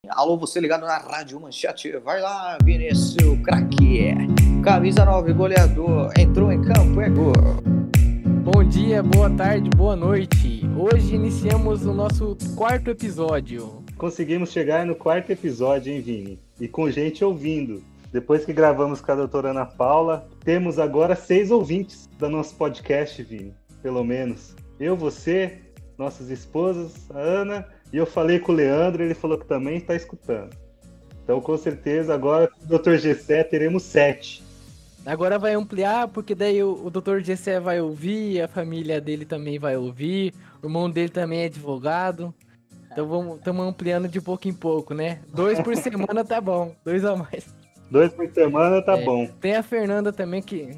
Alô, você ligado na Rádio Manchete, vai lá, Vinícius, craque, camisa 9, goleador, entrou em campo, é gol. Bom dia, boa tarde, boa noite. Hoje iniciamos o nosso quarto episódio. Conseguimos chegar no quarto episódio, hein, Vini? E com gente ouvindo. Depois que gravamos com a doutora Ana Paula, temos agora 6 ouvintes do nosso podcast, Vini. Pelo menos. Eu, você, nossas esposas, a Ana, e eu falei com o Leandro, ele falou que também está escutando. Então, com certeza, agora com o Dr. Gessé teremos 7. Agora vai ampliar, porque daí o Dr. Gessé vai ouvir, a família dele também vai ouvir, o irmão dele também é advogado. Então estamos ampliando de pouco em pouco, né? 2 por semana tá bom, 2 a mais. 2 por semana tá bom. Tem a Fernanda também que...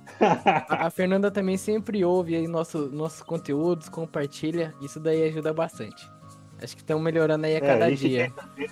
a Fernanda também sempre ouve aí nossos conteúdos, compartilha, isso daí ajuda bastante. Acho que estamos melhorando aí a cada dia.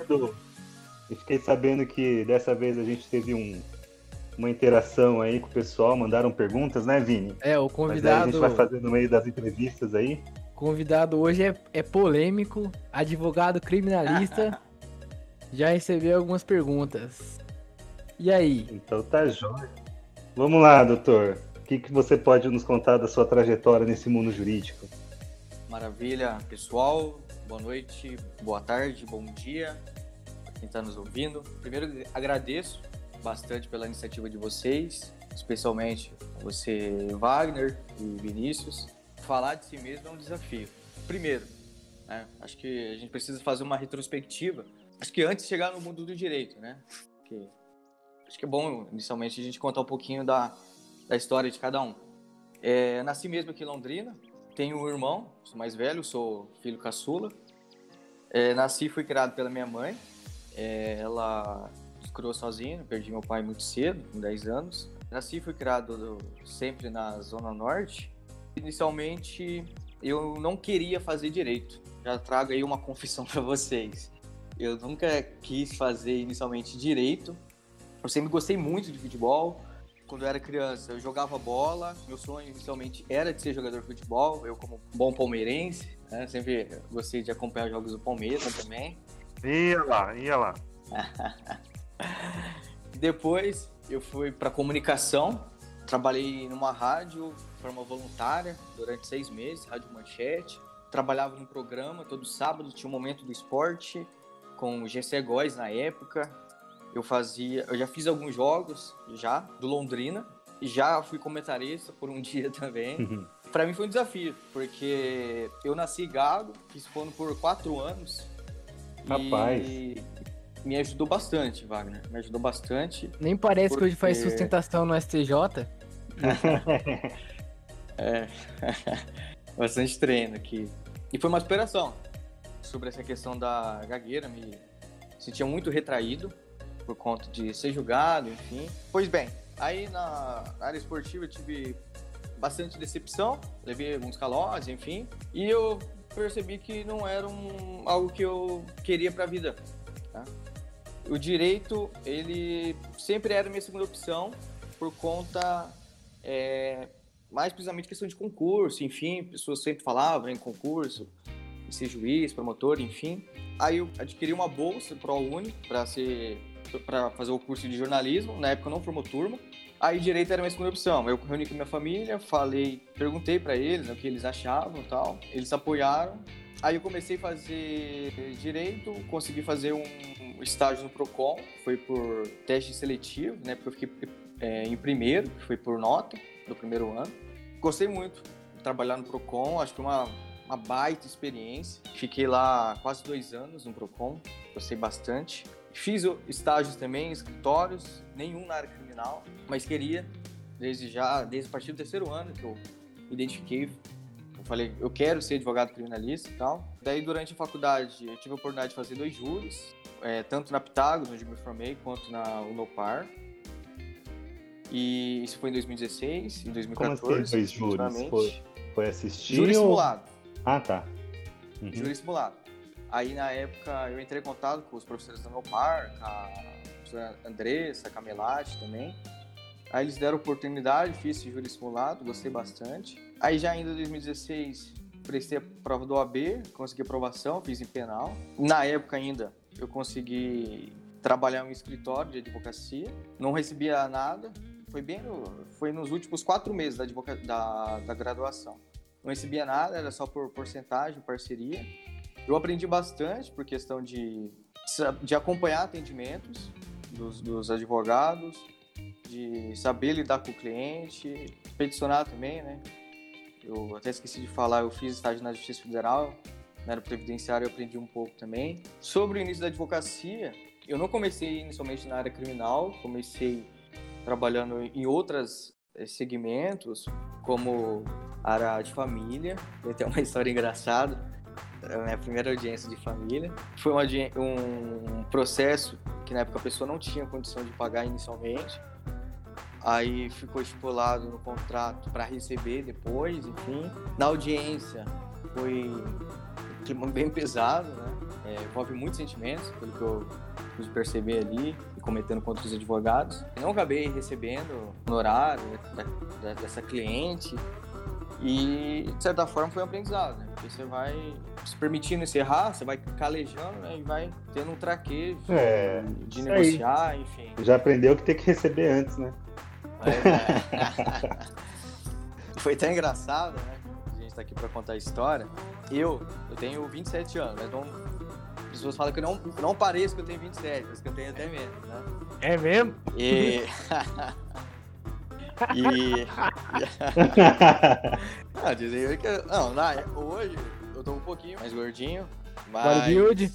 Fiquei sabendo que dessa vez a gente teve uma interação aí com o pessoal, mandaram perguntas, né, Vini? O convidado... Mas a gente vai fazer no meio das entrevistas aí. O convidado hoje é polêmico, advogado criminalista, já recebeu algumas perguntas. E aí? Então tá jóia. Vamos lá, doutor. O que você pode nos contar da sua trajetória nesse mundo jurídico? Maravilha, pessoal. Boa noite, boa tarde, bom dia para quem está nos ouvindo. Primeiro, agradeço bastante pela iniciativa de vocês, especialmente você, Wagner e Vinícius. Falar de si mesmo é um desafio. Primeiro, né, acho que a gente precisa fazer uma retrospectiva. Acho que antes de chegar no mundo do direito, né? Acho que é bom, inicialmente, a gente contar um pouquinho da história de cada um. Nasci mesmo aqui em Londrina. Tenho um irmão, sou mais velho, sou filho caçula. Nasci e fui criado pela minha mãe. Ela se criou sozinha, perdi meu pai muito cedo, com 10 anos. Nasci e fui criado sempre na Zona Norte. Inicialmente, eu não queria fazer direito. Já trago aí uma confissão para vocês. Eu nunca quis fazer inicialmente direito. Eu sempre gostei muito de futebol. Quando eu era criança, eu jogava bola. Meu sonho inicialmente era de ser jogador de futebol. Eu, como bom palmeirense, né, sempre gostei de acompanhar os jogos do Palmeiras também. Ia lá. Depois, eu fui para comunicação. Trabalhei numa rádio de forma voluntária durante 6 meses, Rádio Manchete. Trabalhava num programa todo sábado, tinha um momento do esporte com o Gessé Góes na época. Eu já fiz alguns jogos do Londrina e já fui comentarista por um dia também. Para mim foi um desafio, porque eu nasci gado, fiz fono por 4 anos. Rapaz. E me ajudou bastante, Wagner. Me ajudou bastante. Nem parece que hoje faz sustentação no STJ. Bastante treino aqui. E foi uma inspiração sobre essa questão da gagueira. Me sentia muito retraído por conta de ser julgado, enfim. Pois bem, aí na área esportiva eu tive bastante decepção, levei alguns calotes, enfim, e eu percebi que não era algo que eu queria para a vida. Tá? O direito, ele sempre era a minha segunda opção, por conta, mais precisamente questão de concurso, enfim, pessoas sempre falavam em concurso, em ser juiz, promotor, enfim. Aí eu adquiri uma bolsa ProUni para fazer o curso de jornalismo. Na época eu não formou turma. Aí direito era a minha segunda opção. Eu reuni com minha família, perguntei para eles, né, o que eles achavam e tal. Eles apoiaram. Aí eu comecei a fazer direito, consegui fazer um estágio no Procon, foi por teste seletivo, né, porque eu fiquei em primeiro, que foi por nota do primeiro ano. Gostei muito de trabalhar no Procon, acho que uma baita experiência. Fiquei lá quase 2 anos no Procon, gostei bastante. Fiz estágios também em escritórios, nenhum na área criminal, mas queria, desde a partir do 3º ano que eu me identifiquei, eu falei, eu quero ser advogado criminalista e tal. Daí, durante a faculdade, eu tive a oportunidade de fazer 2 júris, tanto na Pitágoras, onde eu me formei, quanto na Unopar. E isso foi em 2016, em 2014. Como assim, 2 júris? Foi assistir? Júri simulado. Ah, tá. Júri simulado. Aí, na época, eu entrei em contato com os professores da Unopar, com a professora Andressa, com a Melati também. Aí eles deram oportunidade, fiz esse júri simulado, gostei bastante. Aí já ainda em 2016, prestei a prova do OAB, consegui aprovação, fiz em penal. Na época ainda, eu consegui trabalhar em um escritório de advocacia, não recebia nada, foi nos últimos 4 meses da graduação. Não recebia nada, era só por porcentagem, parceria. Eu aprendi bastante por questão de acompanhar atendimentos dos advogados, de saber lidar com o cliente, peticionar também, né? Eu até esqueci de falar, eu fiz estágio na Justiça Federal, na área previdenciária eu aprendi um pouco também. Sobre o início da advocacia, eu não comecei inicialmente na área criminal, comecei trabalhando em outros segmentos, como área de família. Tem até uma história engraçada, a minha primeira audiência de família. Foi um processo que na época a pessoa não tinha condição de pagar inicialmente, aí ficou estipulado no contrato para receber depois, enfim. Na audiência foi um clima bem pesado, né? Envolve muitos sentimentos, pelo que eu pude perceber ali, e cometendo contra os advogados. Eu não acabei recebendo honorário dessa cliente, e de certa forma foi um aprendizado, né? Porque você vai se permitindo encerrar, você vai calejando, né? E vai tendo um traquejo de negociar, aí. Enfim. Já aprendeu que tem que receber antes, né? Foi tão engraçado, né? A gente tá aqui pra contar a história. Eu tenho 27 anos, mas as pessoas falam que eu não pareço que eu tenho 27, mas que eu tenho até menos, né? É mesmo? Dizem que hoje eu tô um pouquinho mais gordinho, mas Bodybuild?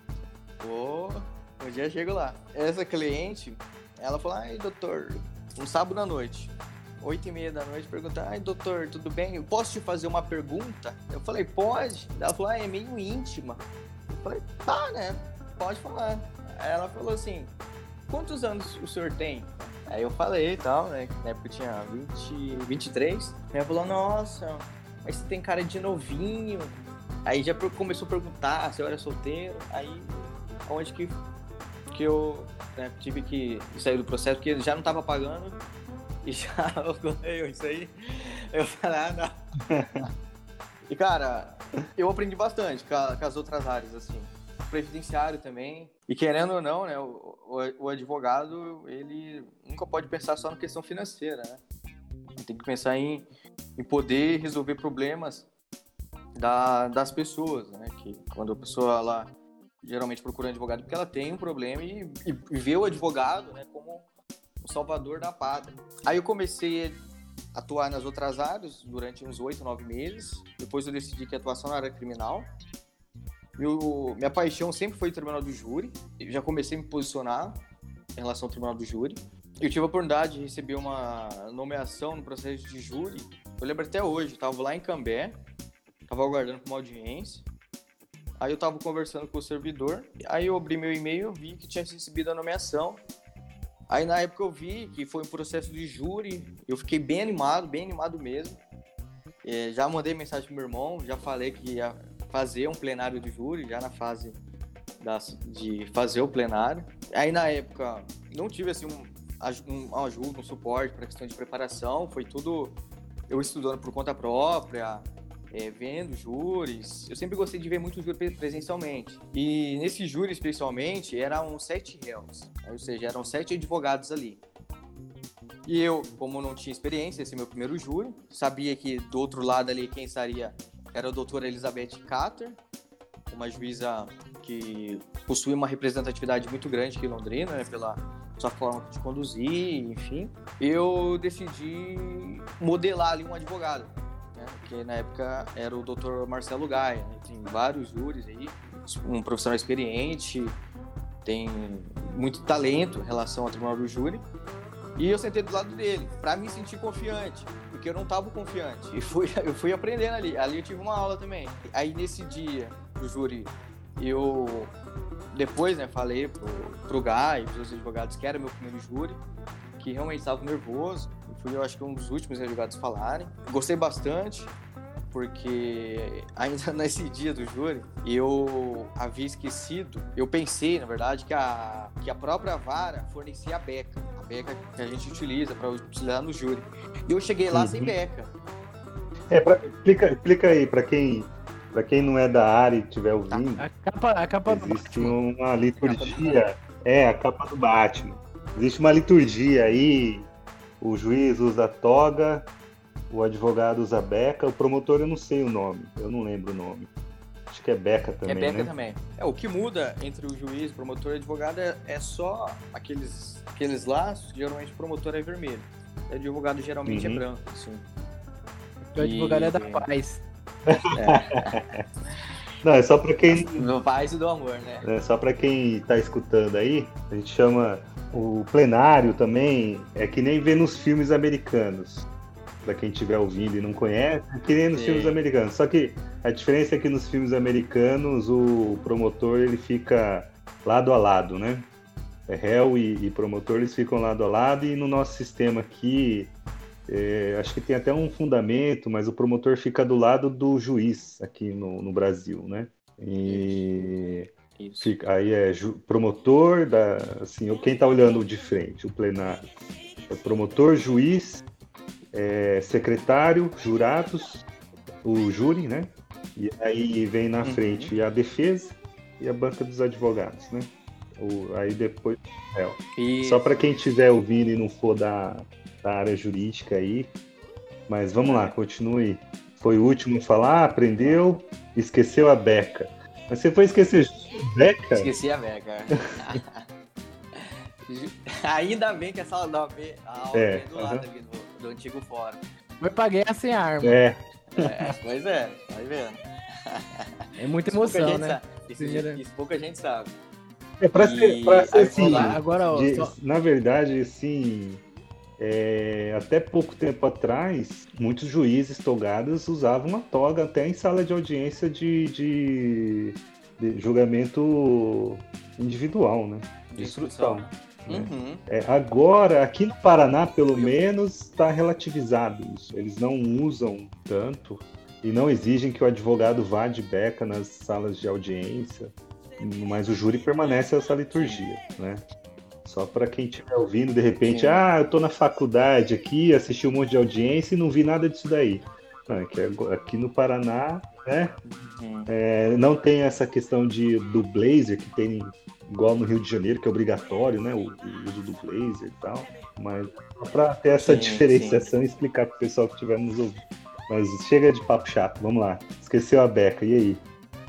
Um dia eu chego lá. Essa cliente, ela falou: ai, doutor, um sábado à noite, 8h30 da noite, pergunta: ai, doutor, tudo bem? Eu posso te fazer uma pergunta? Eu falei: pode. Ela falou: é meio íntima. Eu falei: tá, né? Pode falar. Aí ela falou assim: quantos anos o senhor tem? Aí eu falei e tal, né? Na época eu tinha 23. Aí ela falou: nossa, mas você tem cara de novinho. Aí já começou a perguntar se eu era solteiro. Aí, onde que eu tive que sair do processo, porque ele já não tava pagando. E já ocorreu isso aí. Eu falei: não. E, cara, eu aprendi bastante com as outras áreas, assim. Previdenciário também. E querendo ou não, né, o advogado, ele nunca pode pensar só na questão financeira, né? Ele tem que pensar em poder resolver problemas das pessoas, né? Que quando a pessoa, ela geralmente procura um advogado porque ela tem um problema e vê o advogado, né, como o salvador da pátria. Aí eu comecei a atuar nas outras áreas durante uns 8, 9 meses. Depois eu decidi que a atuação na área criminal. Minha paixão sempre foi o tribunal do júri. Eu já comecei a me posicionar em relação ao tribunal do júri. Eu tive a oportunidade de receber uma nomeação no processo de júri. Eu lembro até hoje, eu estava lá em Cambé, estava aguardando uma audiência. Aí eu estava conversando com o servidor, aí eu abri meu e-mail, vi que tinha recebido a nomeação. Aí na época eu vi que foi um processo de júri, eu fiquei bem animado mesmo. Já mandei mensagem pro meu irmão, já falei que ia fazer um plenário de júri, já na fase de fazer o plenário. Aí na época não tive assim uma ajuda, um suporte para questão de preparação, foi tudo eu estudando por conta própria, vendo júris. Eu sempre gostei de ver muito júri presencialmente. E nesse júri, especialmente, eram 7 réus, ou seja, eram 7 advogados ali. E eu, como não tinha experiência, esse é meu primeiro júri, sabia que do outro lado ali quem estaria era a doutora Elizabeth Cater, uma juíza que possui uma representatividade muito grande aqui em Londrina, né, pela sua forma de conduzir, enfim. Eu decidi modelar ali um advogado, né, que na época era o Dr. Marcelo Gaia, né, tem vários júris aí, um profissional experiente, tem muito talento em relação ao tribunal do júri. E eu sentei do lado dele, pra me sentir confiante, porque eu não tava confiante. E eu fui aprendendo ali. Ali eu tive uma aula também. Aí nesse dia do júri, eu depois, né, falei pro Guy, pros outros advogados, que era meu primeiro júri, que realmente estava nervoso. E fui, eu acho que um dos últimos advogados a falarem. Gostei bastante, porque ainda nesse dia do júri, eu havia esquecido, eu pensei, na verdade, que a própria vara fornecia a beca que a gente utiliza para utilizar no júri. E eu cheguei lá sem beca. Explica aí para quem Para quem não é da área e estiver ouvindo, A capa do existe Batman. uma liturgia. A capa do Batman. Existe uma liturgia aí. O juiz usa toga, o advogado usa beca, o promotor eu não sei o nome, eu não lembro o nome. Acho que é beca também, É beca né? também. O que muda entre o juiz, promotor e advogado é só aqueles laços, geralmente o promotor é vermelho. O advogado geralmente é branco, assim. O advogado é da paz. Não, é só para quem... Do paz e do amor, né? É só para quem está escutando aí, a gente chama o plenário também, é que nem vê nos filmes americanos. Para quem estiver ouvindo e não conhece, é que nem nos filmes americanos. Só que a diferença é que nos filmes americanos o promotor ele fica lado a lado, né? Réu e promotor eles ficam lado a lado, e no nosso sistema aqui acho que tem até um fundamento, mas o promotor fica do lado do juiz aqui no Brasil, né? E Isso. aí promotor, assim, quem está olhando de frente, o plenário, é promotor, juiz, secretário, jurados, o júri, né? E aí vem na frente a defesa e a banca dos advogados, né? Aí depois réu. Só para quem estiver ouvindo e não for da área jurídica aí, mas vamos lá, continue. Foi o último a falar, aprendeu, esqueceu a beca. Mas você foi esquecer a beca? Esqueci a beca. Ainda bem que a sala da aula é do lado ali do antigo fórum. Foi pra guerra sem arma. Pois é, vai vendo. É muita emoção, né? Isso pouca gente sabe. Pra ser assim, agora, na verdade, assim, até pouco tempo atrás, muitos juízes togados usavam a toga até em sala de audiência de julgamento individual, né? De instrução. Né? Agora, aqui no Paraná, pelo menos, está relativizado isso. Eles não usam tanto e não exigem que o advogado vá de beca nas salas de audiência, mas o júri permanece essa liturgia, né? Só para quem estiver ouvindo, de repente, eu estou na faculdade aqui, assisti um monte de audiência e não vi nada disso daí. Não, aqui no Paraná, né? Não tem essa questão do blazer, que tem igual no Rio de Janeiro, que é obrigatório, né? O uso do blazer e tal. Mas só para ter essa diferenciação e explicar para o pessoal que estiver nos ouvindo. Mas chega de papo chato, vamos lá. Esqueceu a beca, e aí?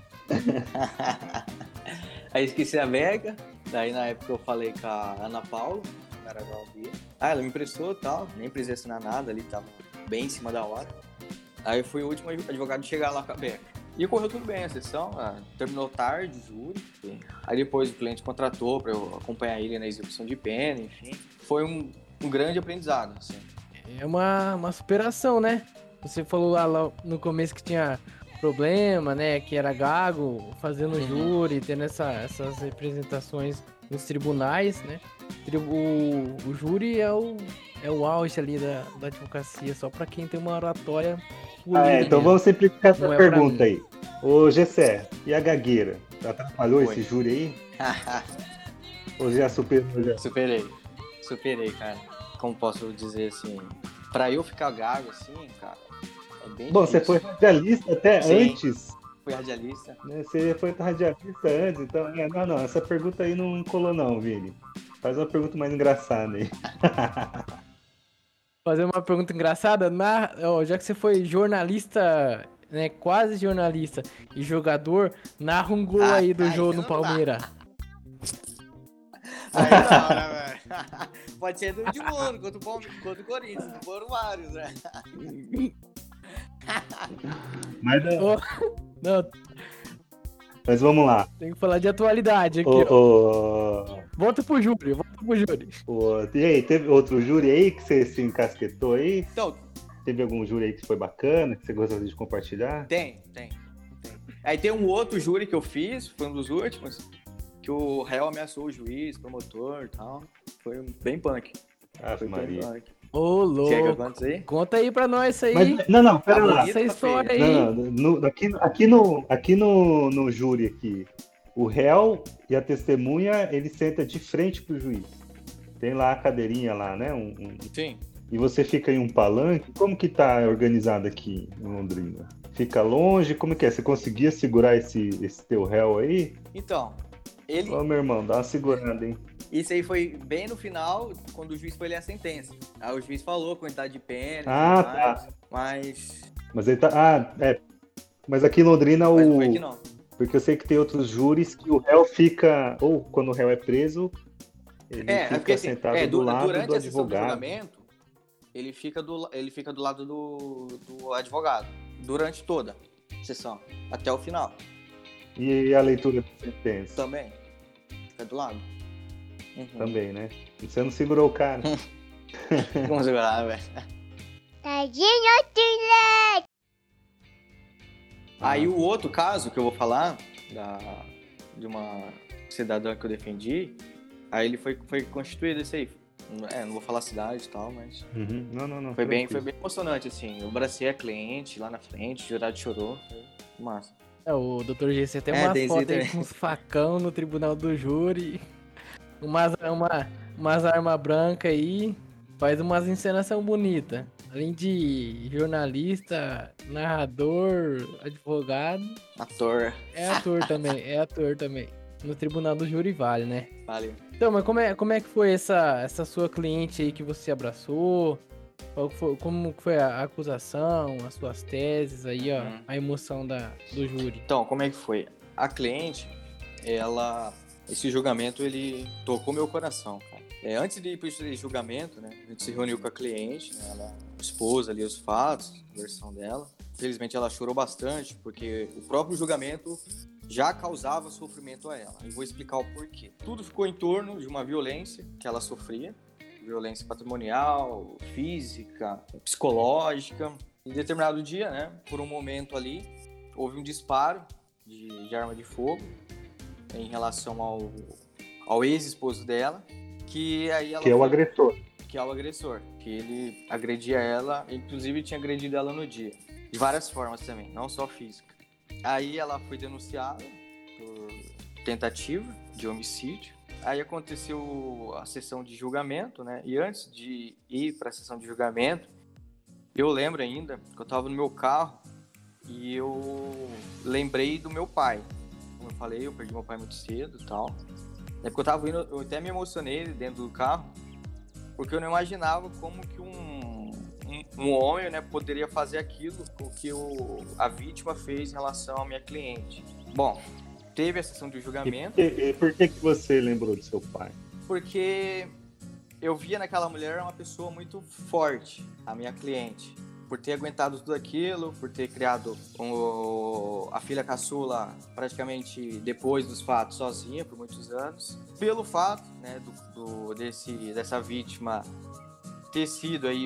Aí esqueci a beca, daí na época eu falei com a Ana Paula, ela me emprestou e tal, nem precisei assinar nada ali, tava bem em cima da hora. Aí eu fui o último advogado a chegar lá com a beca. E correu tudo bem a sessão, terminou tarde o júri. Aí depois o cliente contratou para eu acompanhar ele na execução de pena, enfim. Foi um grande aprendizado, assim. É uma superação, né? Você falou lá no começo que tinha problema, né? Que era gago, fazendo júri, tendo essas representações nos tribunais, né? O júri é o auge ali da advocacia, só para quem tem uma oratória polida. Então vamos simplificar essa pergunta aí. Ô Gessé, e a gagueira? Atrapalhou esse júri aí? Ou já superou? Já? Superei, cara. Como posso dizer assim? Pra eu ficar gago assim, cara, é bem Bom, difícil. você foi radialista até antes? Fui radialista. Você foi radialista antes, então... Não, essa pergunta aí não colou não, Vini. Faz uma pergunta mais engraçada aí. Fazer uma pergunta engraçada? Já que você foi jornalista, né, quase jornalista e jogador, narra um gol aí do jogo no Palmeiras. Aí não, né, velho? Pode ser do último ano, contra o Corinthians, foram vários, né? Mas não. Mas vamos lá. Tem que falar de atualidade aqui, Volta pro júri. E aí, teve outro júri aí que você se encasquetou aí? Então, teve algum júri aí que foi bacana, que você gostaria de compartilhar? Tem. Aí tem um outro júri que eu fiz, foi um dos últimos, que o réu ameaçou o juiz, promotor e tal. Foi bem punk. Ave Maria. Ô, louco. Quer que eu conte isso aí? Conta aí pra nós isso aí. Mas, não, pera lá. Essa história aí. Aqui no júri aqui, o réu e a testemunha, ele senta de frente pro juiz. Tem lá a cadeirinha lá, né? Sim. E você fica em um palanque. Como que tá organizado aqui em Londrina? fica longe? Como que é? Você conseguia segurar esse teu réu aí? Então, ele... Ô, meu irmão, dá uma segurada, hein? Isso aí foi bem no final, quando o juiz foi ler a sentença. Aí o juiz falou quantidade de pena e Ah, tudo mais, tá. mas... Mas ele tá... Ah, é. Mas aqui em Londrina Mas não foi que não. Porque eu sei que tem outros júris que o réu fica... Ou quando o réu é preso, ele fica porque assim, sentado do lado durante do a sessão de advogado. julgamento, ele fica do lado do advogado. Durante toda a sessão, até o final. E a leitura da sentença? Também. Fica do lado. Uhum. Também, né? E você não segurou o cara. Vamos segurar, velho. Aí o outro caso que eu vou falar, de uma cidadã que eu defendi, aí ele foi constituído esse aí. Não vou falar cidade e tal, mas... Uhum. Não. Foi bem emocionante, assim. Eu abracei a cliente lá na frente, o jurado chorou. Foi massa. O Dr. GC tem umas fotos aí com uns facão no tribunal do júri. Umas armas brancas aí. Faz umas encenação bonita. Além de jornalista, narrador, advogado. Ator. É ator também. No tribunal do júri vale, né? Valeu. Então, mas como é que foi essa sua cliente aí que você abraçou? Como foi a acusação, as suas teses aí, ó, a emoção do júri? Então, como é que foi? A cliente, esse julgamento, ele tocou meu coração, cara. Antes de ir para esse julgamento, né, a gente se reuniu com a cliente, né, ela expôs ali os fatos, a versão dela. Infelizmente, ela chorou bastante, porque o próprio julgamento já causava sofrimento a ela. Eu vou explicar o porquê. Tudo ficou em torno de uma violência que ela sofria, violência patrimonial, física, psicológica. Em determinado dia, né, por um momento ali, houve um disparo de arma de fogo em relação ao ex-esposo dela, que aí ela... Que é o agressor. Que é o agressor, que ele agredia ela, inclusive tinha agredido ela no dia. De várias formas também, não só física. Aí ela foi denunciada por tentativa de homicídio. Aí aconteceu a sessão de julgamento, né? E antes de ir para a sessão de julgamento, eu lembro ainda que eu estava no meu carro e eu lembrei do meu pai. Como eu falei, eu perdi meu pai muito cedo e tal. É porque eu tava indo, eu até me emocionei dentro do carro, porque eu não imaginava como que um homem, né, poderia fazer aquilo que a vítima fez em relação à minha cliente. Bom, teve a sessão de julgamento. E por que você lembrou do seu pai? Porque eu via naquela mulher uma pessoa muito forte, a minha cliente. Por ter aguentado tudo aquilo, por ter criado a filha caçula praticamente depois dos fatos sozinha por muitos anos. Pelo fato, né, dessa vítima ter sido aí,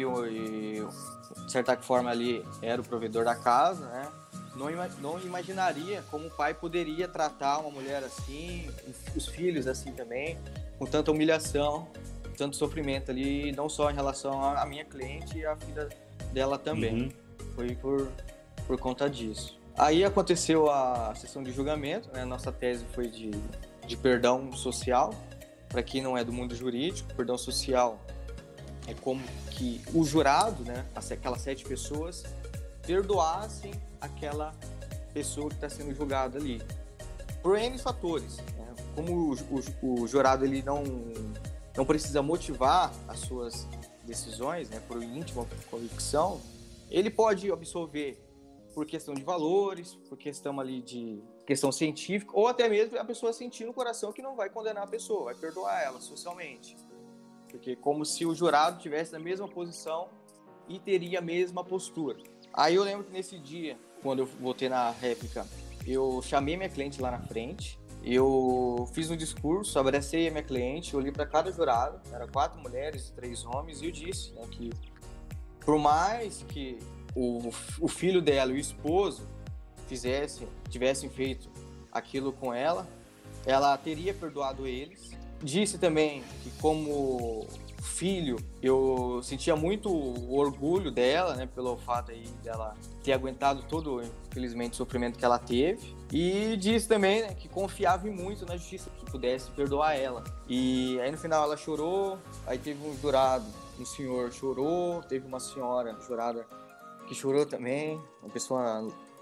de certa forma ali, era o provedor da casa, né? Não imaginaria como o pai poderia tratar uma mulher assim, os filhos assim também, com tanta humilhação, tanto sofrimento ali, não só em relação à minha cliente e à filha dela também. Foi por conta disso. Aí aconteceu a sessão de julgamento, né? Nossa tese foi de perdão social. Para quem não é do mundo jurídico, perdão social é como que o jurado, né, aquelas 7 pessoas, perdoassem aquela pessoa que está sendo julgada ali. Por N fatores. Né? Como o jurado ele não precisa motivar as suas decisões, né, por íntima convicção, ele pode absolver por questão de valores, por questão ali de questão científica, ou até mesmo a pessoa sentir no coração que não vai condenar a pessoa, vai perdoar ela socialmente. Porque como se o jurado tivesse na mesma posição e teria a mesma postura. Aí eu lembro que nesse dia, quando eu voltei na réplica, eu chamei minha cliente lá na frente, eu fiz um discurso, abracei a minha cliente, olhei para cada jurado, eram 4 mulheres e 3 homens, e eu disse, né, que por mais que o filho dela e o esposo tivessem feito aquilo com ela teria perdoado eles. Disse também que como filho, eu sentia muito o orgulho dela, né, pelo fato aí dela ter aguentado todo, infelizmente, o sofrimento que ela teve. E disse também, né, que confiava muito na justiça, que pudesse perdoar ela. E aí no final ela chorou, aí teve um jurado, um senhor chorou, teve uma senhora jurada que chorou também, uma pessoa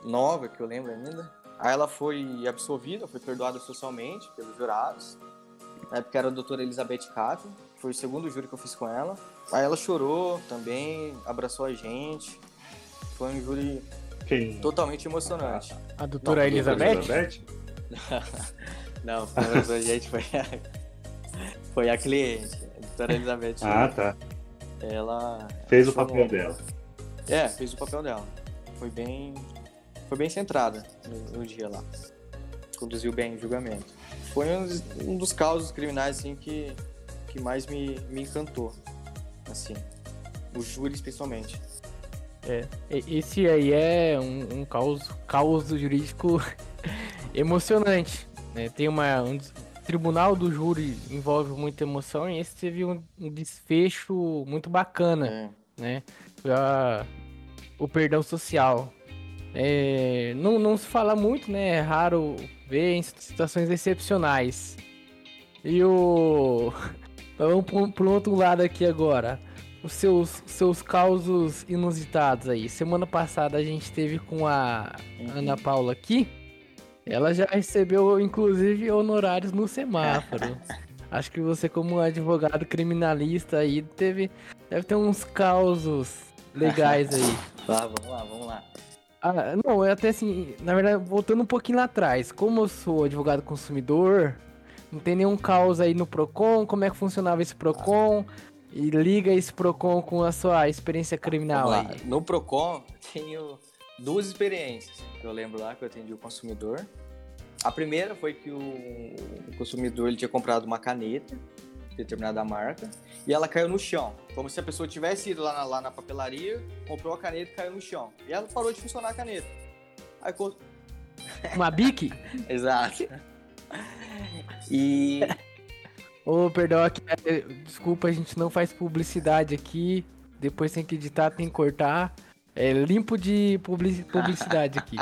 nova, que eu lembro ainda. Aí ela foi absolvida, foi perdoada socialmente pelos jurados. Na época era a doutora Elizabeth Cato, foi o segundo júri que eu fiz com ela. Aí ela chorou também, abraçou a gente. Foi um júri totalmente emocionante. A doutora Elizabeth? Não, a gente foi a cliente. A doutora Elizabeth. Tá. Ela fez o papel dela. Fez o papel dela. Foi bem centrada no dia lá. Conduziu bem o julgamento. Foi um dos causos criminais assim, que mais me encantou. Assim, o júri especialmente. Esse aí é um caos jurídico emocionante, né? Tem um tribunal do júri envolve muita emoção e esse teve um desfecho muito bacana, né? O perdão social. Não se fala muito, né? É raro ver em situações excepcionais. Vamos pro outro lado aqui agora. Os seus causos inusitados aí. Semana passada a gente teve com a Ana Paula aqui. Ela já recebeu, inclusive, honorários no semáforo. Acho que você, como advogado criminalista aí, deve ter uns causos legais aí. Vamos lá. Não, até assim, na verdade, voltando um pouquinho lá atrás. Como eu sou advogado consumidor, não tem nenhum caos aí no Procon. Como é que funcionava esse Procon? E liga esse Procon com a sua experiência criminal aí. No Procon, tenho 2 experiências que eu lembro lá que eu atendi o consumidor. A primeira foi que o consumidor ele tinha comprado uma caneta de determinada marca e ela caiu no chão. Como se a pessoa tivesse ido lá na papelaria, comprou a caneta e caiu no chão. E ela parou de funcionar a caneta. Aí, uma Bic? Exato. E... perdão, aqui, desculpa, a gente não faz publicidade aqui. Depois tem que editar, tem que cortar. Limpo de publicidade aqui.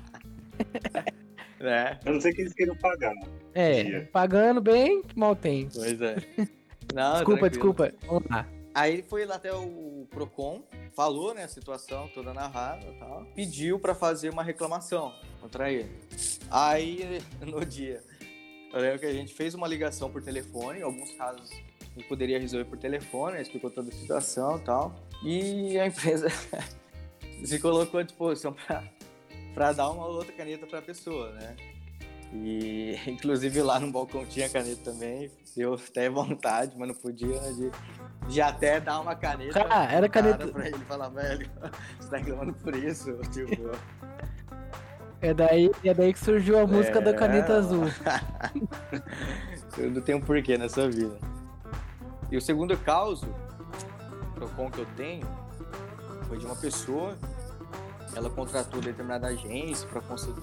A não ser que eles queiram pagar. Pagando bem, mal tem. Pois é. Não, desculpa. Vamos lá. Aí ele foi lá até o Procon, falou, né, a situação toda narrada e tal, pediu pra fazer uma reclamação contra ele. Aí, no dia, eu lembro que a gente fez uma ligação por telefone, em alguns casos a gente poderia resolver por telefone, explicou toda a situação e tal, e a empresa se colocou à disposição pra dar uma outra caneta pra pessoa, né? E, inclusive, lá no balcão tinha caneta também, deu até vontade, mas não podia, né, de até dar uma caneta era caneta pra ele falar, velho, você tá reclamando por isso, tipo... É daí que surgiu a música da caneta azul. Tudo tem um porquê nessa vida. E o segundo caso, Procon que eu tenho, foi de uma pessoa, ela contratou determinada agência para conseguir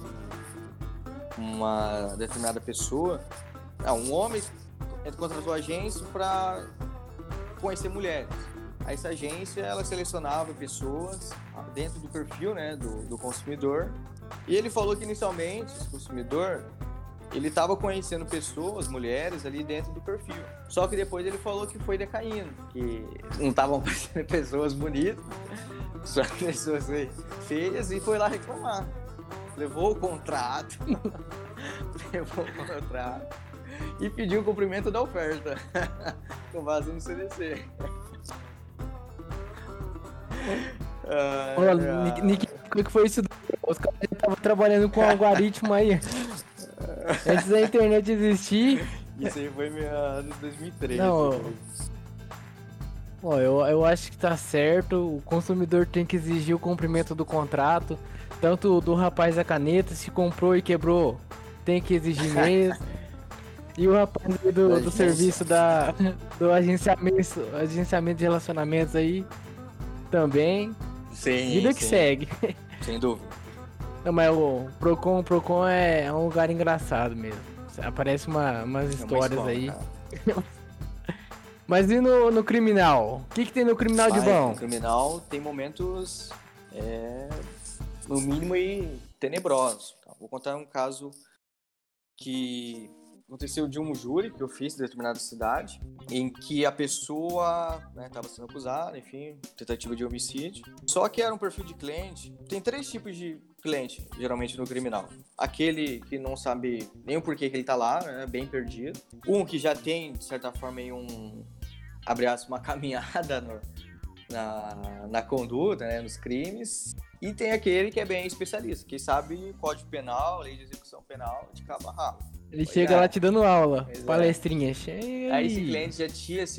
uma determinada pessoa. Um homem contratou a agência para conhecer mulheres. Aí essa agência, ela selecionava pessoas dentro do perfil, né, do consumidor. E ele falou que inicialmente, esse consumidor, ele estava conhecendo pessoas, mulheres ali dentro do perfil. Só que depois ele falou que foi decaindo, que não estavam aparecendo pessoas bonitas, só pessoas feias, e foi lá reclamar. Levou o contrato, e pediu o cumprimento da oferta, com base no CDC. Nick, como que foi isso? Os caras estavam trabalhando com algoritmo aí. Antes da internet existir. Isso aí foi meados de 2013. Não, eu acho que tá certo. O consumidor tem que exigir o cumprimento do contrato. Tanto do rapaz da caneta, se comprou e quebrou, tem que exigir mesmo. E o rapaz do serviço do agenciamento de relacionamentos aí também. Sim, vida que segue. Sem dúvida. Não, mas o Procon é um lugar engraçado mesmo. Aparece umas histórias escola, aí. Mas e no criminal? O que tem no criminal de bom? No criminal tem momentos, no mínimo, aí, tenebrosos. Vou contar um caso que aconteceu de um júri que eu fiz em determinada cidade, em que a pessoa estava sendo acusada, enfim, tentativa de homicídio. Só que era um perfil de cliente. Tem 3 tipos de cliente, geralmente, no criminal. Aquele que não sabe nem o porquê que ele tá lá, né, bem perdido. Um que já tem, de certa forma, aí abre aspas, uma caminhada na conduta, né, nos crimes. E tem aquele que é bem especialista, que sabe Código Penal, Lei de Execução Penal, de cabo a rabo. Ele chega lá te dando aula, Pois é. palestrinha. Aí esse cliente já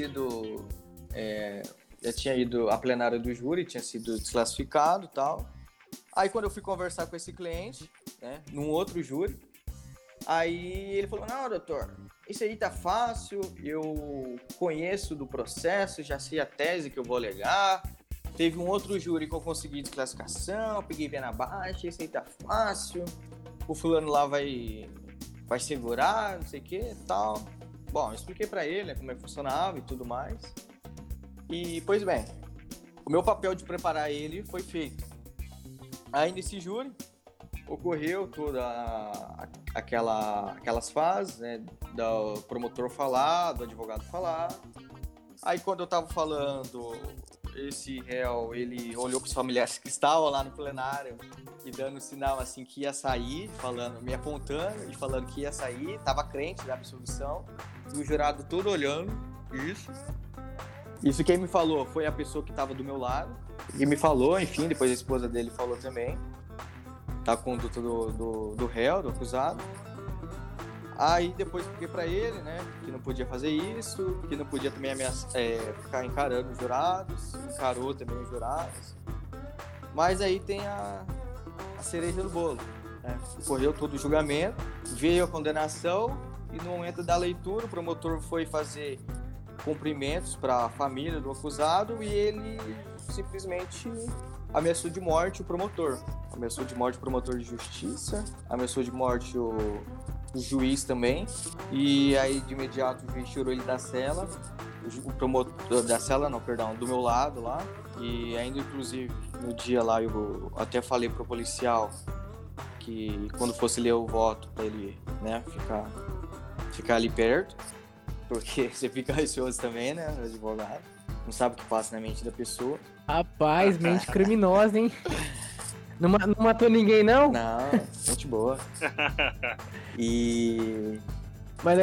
tinha ido à plenária do júri, tinha sido desclassificado e tal. Aí quando eu fui conversar com esse cliente, né, num outro júri, aí ele falou, não, doutor, isso aí tá fácil, eu conheço do processo, já sei a tese que eu vou alegar. Teve um outro júri que eu consegui desclassificação, peguei pena baixa, isso aí tá fácil. O fulano lá vai segurar, não sei o que e tal. Bom, eu expliquei pra ele, né, como é que funcionava e tudo mais. E, pois bem, o meu papel de preparar ele foi feito. Aí nesse júri, ocorreu toda aquelas fases, né, do promotor falar, do advogado falar. Aí quando eu tava falando, esse réu, ele olhou pros familiares que estavam lá no plenário e dando sinal assim que ia sair, falando, me apontando e falando que ia sair, tava crente da absolvição, e o jurado todo olhando, isso quem me falou foi a pessoa que tava do meu lado, e me falou, enfim, depois a esposa dele falou também, tá com a conduta do réu, do acusado. Aí depois expliquei pra ele, né, que não podia fazer isso, que não podia também ficar encarando os jurados, encarou também os jurados. Mas aí tem a cereja do bolo, né? Correu todo o julgamento, veio a condenação e no momento da leitura o promotor foi fazer cumprimentos para a família do acusado e ele simplesmente ameaçou de morte o promotor. Ameaçou de morte o promotor de justiça, ameaçou de morte o juiz também, e aí de imediato o juiz tirou ele da cela, o promotor da cela, não, perdão, do meu lado lá, e ainda inclusive no dia lá eu até falei pro policial que quando fosse ler o voto para ele, né, ficar ali perto, porque você fica receoso também, né, advogado, não sabe o que passa na mente da pessoa. Rapaz, mente criminosa, hein? Não matou ninguém, não? Não, gente boa. E... Mas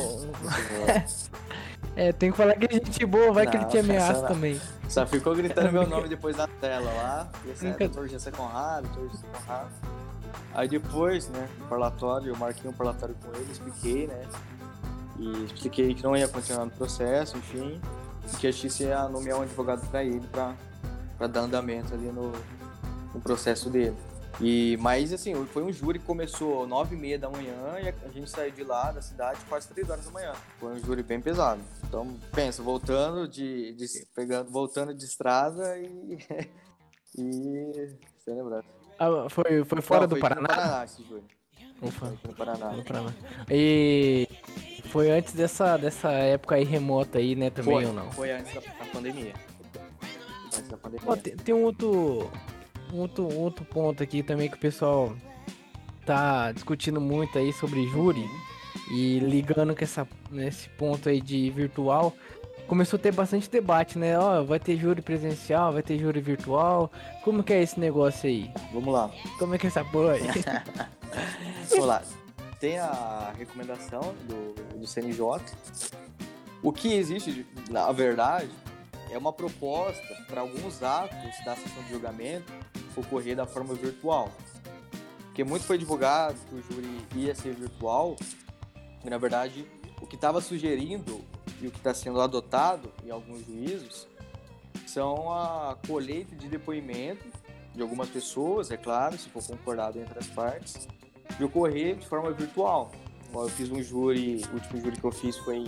tem que falar que é gente boa, vai que ele te ameaça também. Só ficou gritando meu nome depois na tela lá. Esse é doutor Gessé Conrado, doutor Gessé Conrado. Aí depois, né, no parlatório, eu marquei um parlatório com ele, expliquei, né. E expliquei que não ia continuar no processo, enfim. E que a justiça ia nomear um advogado pra ele, pra dar andamento ali no processo dele. Mas assim, foi um júri que começou 9h30 da manhã e a gente saiu de lá da cidade quase 3 horas da manhã. Foi um júri bem pesado. Então, pensa, voltando de estrada e sem lembrar. Foi fora do Paraná? Foi no Paraná esse júri. Ufa. Foi no Paraná. E foi antes dessa época aí remota aí, né, também ou não? Foi antes da pandemia. Tem um outro ponto aqui também que o pessoal tá discutindo muito aí sobre júri e ligando com nesse ponto aí de virtual, começou a ter bastante debate, né? Ó, vai ter júri presencial, vai ter júri virtual, como que é esse negócio aí? Vamos lá. Como é que é essa porra aí? Vamos lá. Tem a recomendação do CNJ. O que existe, na verdade, é uma proposta para alguns atos da sessão de julgamento ocorrer da forma virtual. Porque muito foi divulgado que o júri ia ser virtual, e na verdade o que estava sugerindo e o que está sendo adotado em alguns juízos são a colheita de depoimento de algumas pessoas, é claro, se for concordado entre as partes, de ocorrer de forma virtual. Bom, eu fiz um júri, o último júri que eu fiz foi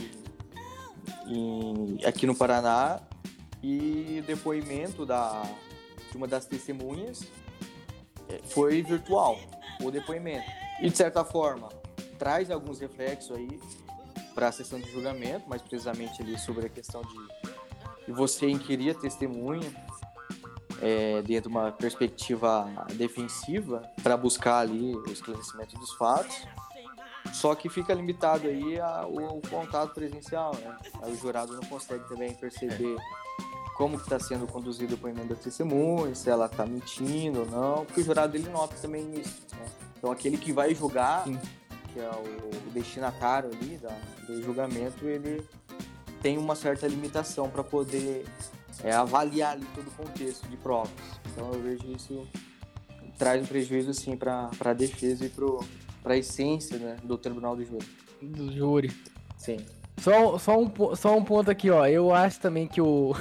aqui no Paraná, e o depoimento de uma das testemunhas foi virtual, o depoimento. E de certa forma, traz alguns reflexos aí para a sessão de julgamento, mais precisamente ali sobre a questão de você inquirir a testemunha dentro de uma perspectiva defensiva para buscar ali o esclarecimento dos fatos. Só que fica limitado aí o contato presencial, né? Aí o jurado não consegue também perceber como que está sendo conduzido o depoimento da testemunha, se ela está mentindo ou não, porque o jurado ele nota também isso, né? Então aquele que vai julgar, Sim. que é o destinatário ali do julgamento, ele tem uma certa limitação para poder avaliar ali todo o contexto de provas. Então eu vejo isso traz um prejuízo sim para a defesa e para a essência, né, do tribunal do júri. Do júri. Sim. Só um ponto aqui, ó. Eu acho também que o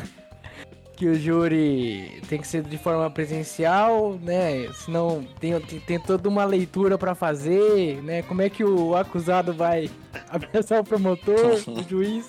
júri tem que ser de forma presencial, né? Senão tem toda uma leitura para fazer, né? Como é que o acusado vai ameaçar o promotor, o juiz?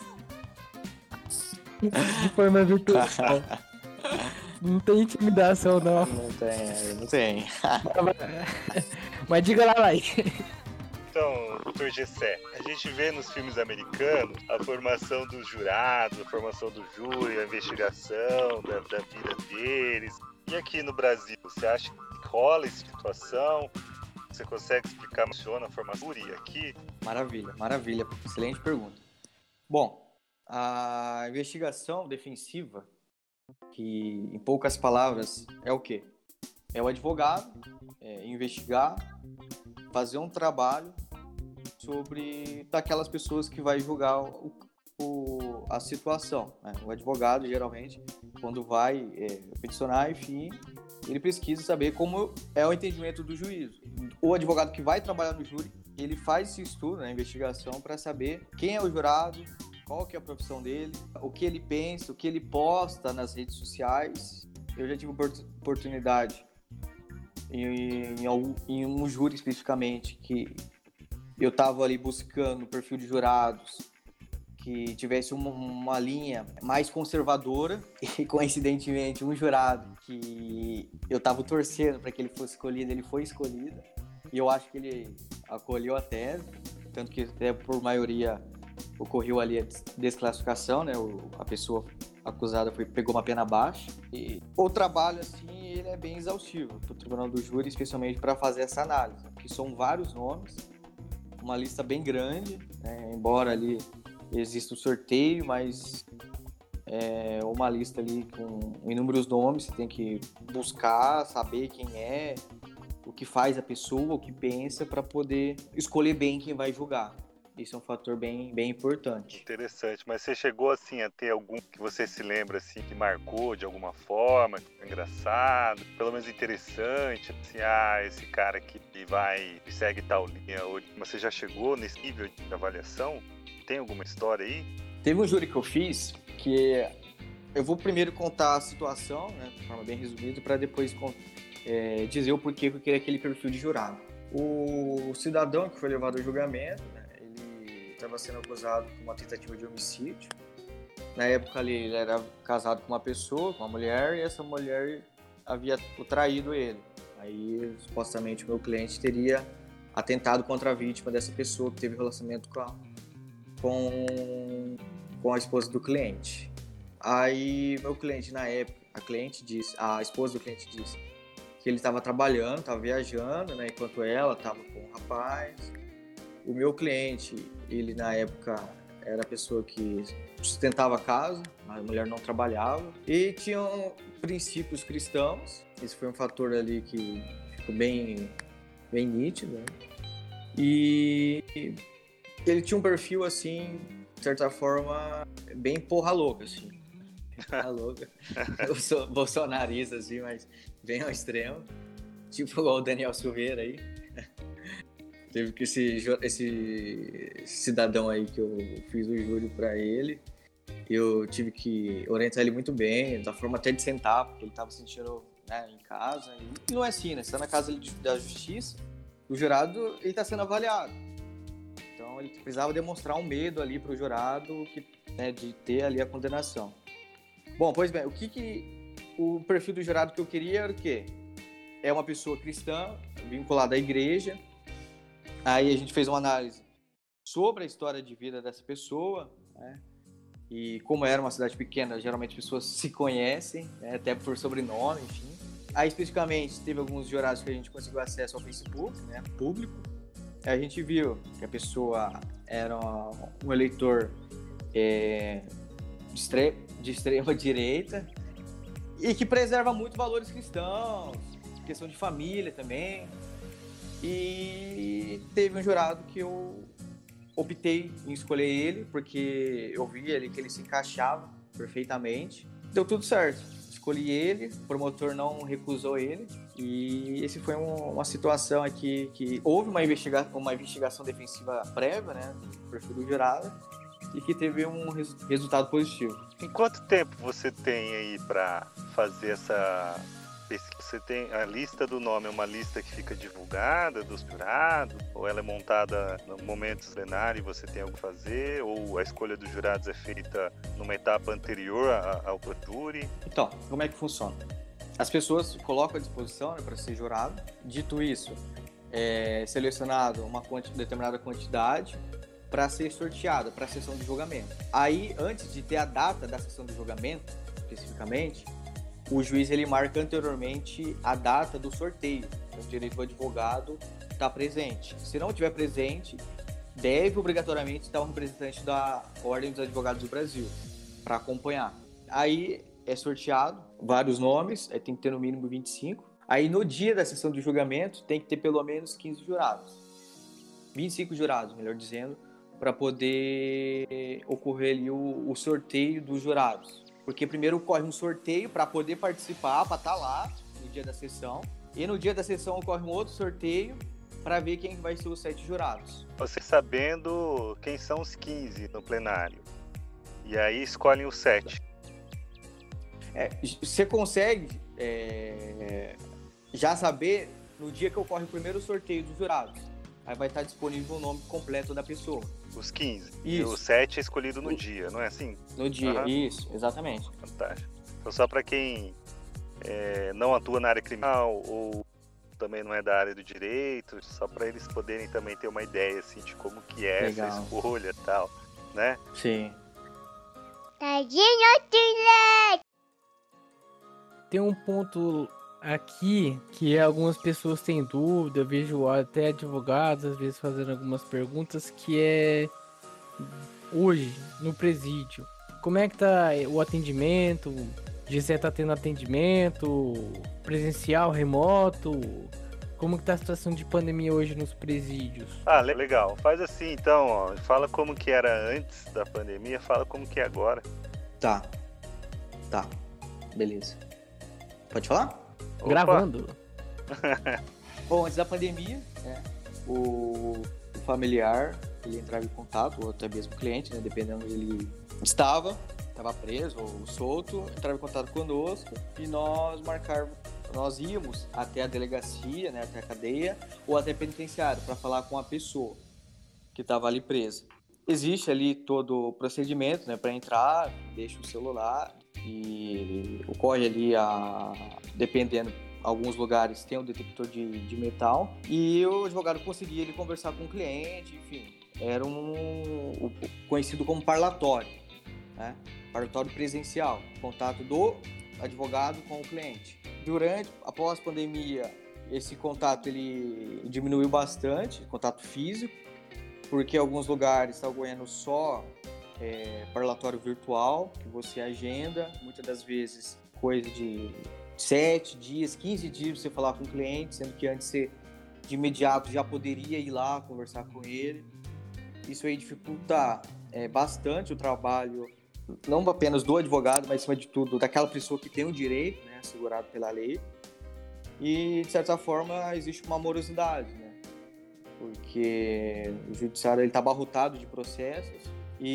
De forma virtual. Não tem intimidação, não. Não tem. Mas diga lá, vai. Então, doutor Gessé, a gente vê nos filmes americanos a formação dos jurados, a formação do júri, a investigação da vida deles. E aqui no Brasil, você acha que rola essa situação? Você consegue explicar como funciona a formação do júri aqui? Maravilha. Excelente pergunta. Bom, a investigação defensiva, que em poucas palavras é o quê? É o advogado investigar, fazer um trabalho sobre daquelas pessoas que vai julgar a situação, né? O advogado, geralmente, quando vai peticionar, enfim, ele pesquisa saber como é o entendimento do juízo. O advogado que vai trabalhar no júri, ele faz esse estudo, né, investigação, para saber quem é o jurado, qual que é a profissão dele, o que ele pensa, o que ele posta nas redes sociais. Eu já tive oportunidade em um júri especificamente, que eu estava ali buscando um perfil de jurados que tivesse uma linha mais conservadora e, coincidentemente, um jurado que eu estava torcendo para que ele fosse escolhido, ele foi escolhido, e eu acho que ele acolheu a tese, tanto que até por maioria ocorreu ali a desclassificação, né? A pessoa acusada pegou uma pena baixa. E o trabalho, assim, ele é bem exaustivo para o Tribunal do Júri, especialmente para fazer essa análise, que são vários nomes, uma lista bem grande, né? Embora ali exista o sorteio, mas é uma lista ali com inúmeros nomes, você tem que buscar, saber quem é, o que faz a pessoa, o que pensa, para poder escolher bem quem vai julgar. Isso é um fator bem importante. Interessante, mas você chegou assim a ter algum que você se lembra assim que marcou de alguma forma, engraçado, pelo menos interessante, assim, esse cara aqui segue tal linha, mas você já chegou nesse nível de avaliação? Tem alguma história aí? Teve um júri que eu fiz que eu vou primeiro contar a situação, né, de forma bem resumida, para depois dizer o porquê que eu queria aquele perfil de jurado. O cidadão que foi levado ao julgamento, né, estava sendo acusado por uma tentativa de homicídio. Na época ali ele era casado com uma pessoa, com uma mulher, e essa mulher havia traído ele. Aí supostamente o meu cliente teria atentado contra a vítima dessa pessoa que teve relacionamento com a esposa do cliente. Aí meu cliente na época, a esposa do cliente disse que ele estava trabalhando, estava viajando, né, enquanto ela estava com um rapaz. O meu cliente, ele na época era a pessoa que sustentava a casa, a mulher não trabalhava, e tinham princípios cristãos. Esse foi um fator ali que ficou bem nítido, né? E ele tinha um perfil assim, de certa forma, bem porra louca, assim. Porra louca. Eu sou bolsonarista, assim, mas bem ao extremo. Tipo igual o Daniel Silveira aí. Teve que esse cidadão aí que eu fiz o júri para ele, eu tive que orientar ele muito bem, da forma até de sentar, porque ele estava se sentindo, né, em casa. E não é assim, né? Você está na casa da justiça, o jurado está sendo avaliado. Então ele precisava demonstrar um medo ali para o jurado de ter ali a condenação. Bom, pois bem, o perfil do jurado que eu queria era o quê? É uma pessoa cristã, vinculada à igreja. Aí a gente fez uma análise sobre a história de vida dessa pessoa, né? E como era uma cidade pequena, geralmente as pessoas se conhecem, né? Até por sobrenome, enfim. Aí especificamente teve alguns jurados que a gente conseguiu acesso ao Facebook, né? Público. a gente viu que a pessoa era um eleitor de extrema direita e que preserva muito valores cristãos, questão de família também. E teve um jurado que eu optei em escolher ele, porque eu vi ali que ele se encaixava perfeitamente. Deu tudo certo. Escolhi ele, o promotor não recusou ele. E esse foi uma situação aqui que houve uma investigação defensiva prévia, né, do perfil do jurado, e que teve um resultado positivo. Em quanto tempo você tem aí para fazer essa pesquisa? Você tem a lista do nome, é uma lista que fica divulgada dos jurados? Ou ela é montada no momento do plenário e você tem algo a fazer? Ou a escolha dos jurados é feita numa etapa anterior ao júri? Então, como é que funciona? As pessoas colocam à disposição, né, para ser jurado. Dito isso, é selecionado uma determinada quantidade para ser sorteada para a sessão de julgamento. Aí, antes de ter a data da sessão de julgamento, especificamente, o juiz ele marca anteriormente a data do sorteio. O direito do advogado está presente. Se não estiver presente, deve obrigatoriamente estar um representante da Ordem dos Advogados do Brasil para acompanhar. Aí é sorteado vários nomes, aí tem que ter no mínimo 25. Aí no dia da sessão de julgamento tem que ter pelo menos 15 jurados. 25 jurados, melhor dizendo, para poder ocorrer ali o sorteio dos jurados. Porque primeiro ocorre um sorteio para poder participar, para estar lá no dia da sessão. E no dia da sessão ocorre um outro sorteio para ver quem vai ser os 7 jurados. Você sabendo quem são os 15 no plenário. E aí escolhem os 7. Você consegue já saber no dia que ocorre o primeiro sorteio dos jurados. Aí vai estar disponível o nome completo da pessoa. Os 15. Isso. E o 7 é escolhido no dia, não é assim? No dia, Isso, exatamente. Fantástico. Então só para quem não atua na área criminal ou também não é da área do direito, só para eles poderem também ter uma ideia assim, de como que é Legal. essa escolha e tal, né? Sim. Tem um ponto aqui que algumas pessoas têm dúvida, eu vejo até advogados às vezes fazendo algumas perguntas, que é hoje no presídio. Como é que tá o atendimento? Você tá tendo atendimento presencial, remoto? Como que tá a situação de pandemia hoje nos presídios? Ah, legal. Faz assim então, ó. Fala como que era antes da pandemia, fala como que é agora. Tá. Beleza. Pode falar? Opa. Gravando. Bom, antes da pandemia, né, o familiar, ele entrava em contato, ou até mesmo o cliente, né, dependendo onde ele estava preso ou solto, entrava em contato conosco e nós íamos até a delegacia, né, até a cadeia, ou até penitenciário, para falar com a pessoa que estava ali presa. Existe ali todo o procedimento, né, para entrar, deixa o celular e ocorre ali dependendo, alguns lugares tem um detector de metal e o advogado conseguia ele conversar com o cliente, enfim, era o conhecido como parlatório, né? Parlatório presencial, contato do advogado com o cliente. Após a pandemia, esse contato ele diminuiu bastante, contato físico, porque alguns lugares estão ocorrendo só parlatório virtual, que você agenda, muitas das vezes coisa de 7 dias, 15 dias para você falar com o cliente, sendo que antes você de imediato já poderia ir lá conversar com ele. Isso aí dificulta bastante o trabalho, não apenas do advogado, mas acima de tudo daquela pessoa que tem o direito, né, assegurado pela lei. E de certa forma existe uma morosidade, né? Porque o judiciário está abarrotado de processos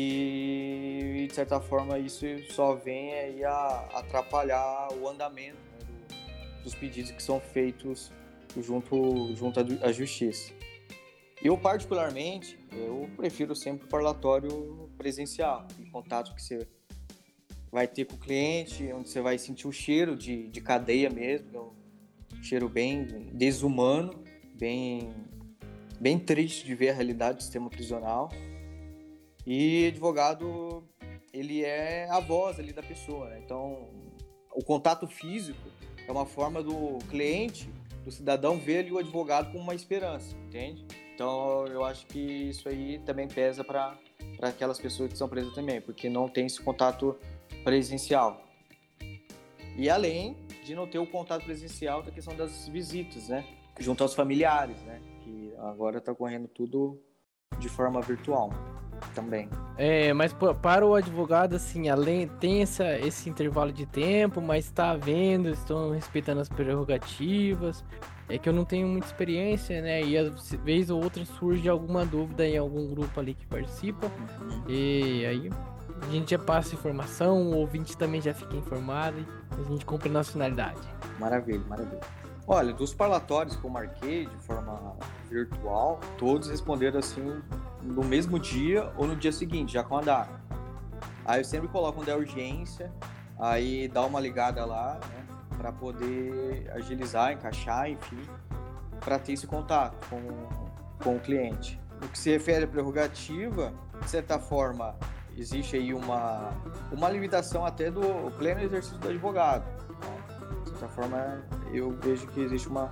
e de certa forma isso só vem aí a atrapalhar o andamento, né, dos pedidos que são feitos junto à justiça. Eu, particularmente, prefiro sempre o parlatório presencial, em contato que você vai ter com o cliente, onde você vai sentir o cheiro de cadeia mesmo, é um cheiro bem desumano, bem triste de ver a realidade do sistema prisional. E advogado, ele é a voz ali da pessoa, né? Então, o contato físico é uma forma do cliente, do cidadão, ver ali o advogado como uma esperança, entende? Então, eu acho que isso aí também pesa para aquelas pessoas que são presas também, porque não tem esse contato presencial. E além de não ter o contato presencial da questão das visitas, né? Junto aos familiares, né? Que agora está ocorrendo tudo de forma virtual também. Mas para o advogado, assim, além tem esse intervalo de tempo, mas está havendo, estão respeitando as prerrogativas. É que eu não tenho muita experiência, né? E às vezes ou outra surge alguma dúvida em algum grupo ali que participa. E aí a gente já passa informação, o ouvinte também já fica informado e a gente cumpre a nossa finalidade. Maravilha. Olha, dos parlatórios que eu marquei de forma virtual, todos responderam assim no mesmo dia ou no dia seguinte, já com a data. Aí eu sempre coloco onde é urgência, aí dá uma ligada lá, né, para poder agilizar, encaixar, enfim, para ter esse contato com o cliente. No que se refere à prerrogativa, de certa forma, existe aí uma limitação até do pleno exercício do advogado. De certa forma, eu vejo que existe uma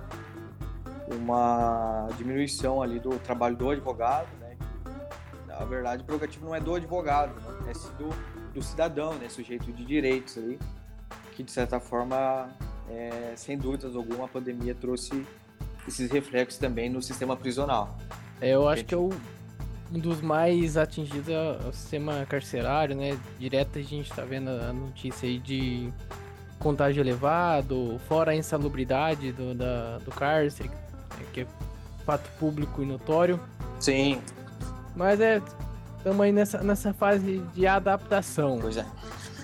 diminuição ali do trabalho do advogado, né? Na verdade, a prerrogativa não é do advogado, né? É do cidadão, né? Sujeito de direitos ali, que de certa forma, sem dúvidas alguma, a pandemia trouxe esses reflexos também no sistema prisional. Eu acho que é um dos mais atingidos é o sistema carcerário, né? Direto a gente tá vendo a notícia aí de contágio elevado, fora a insalubridade do cárcere, que é fato público e notório. Sim. Mas estamos aí nessa fase de adaptação. Pois é.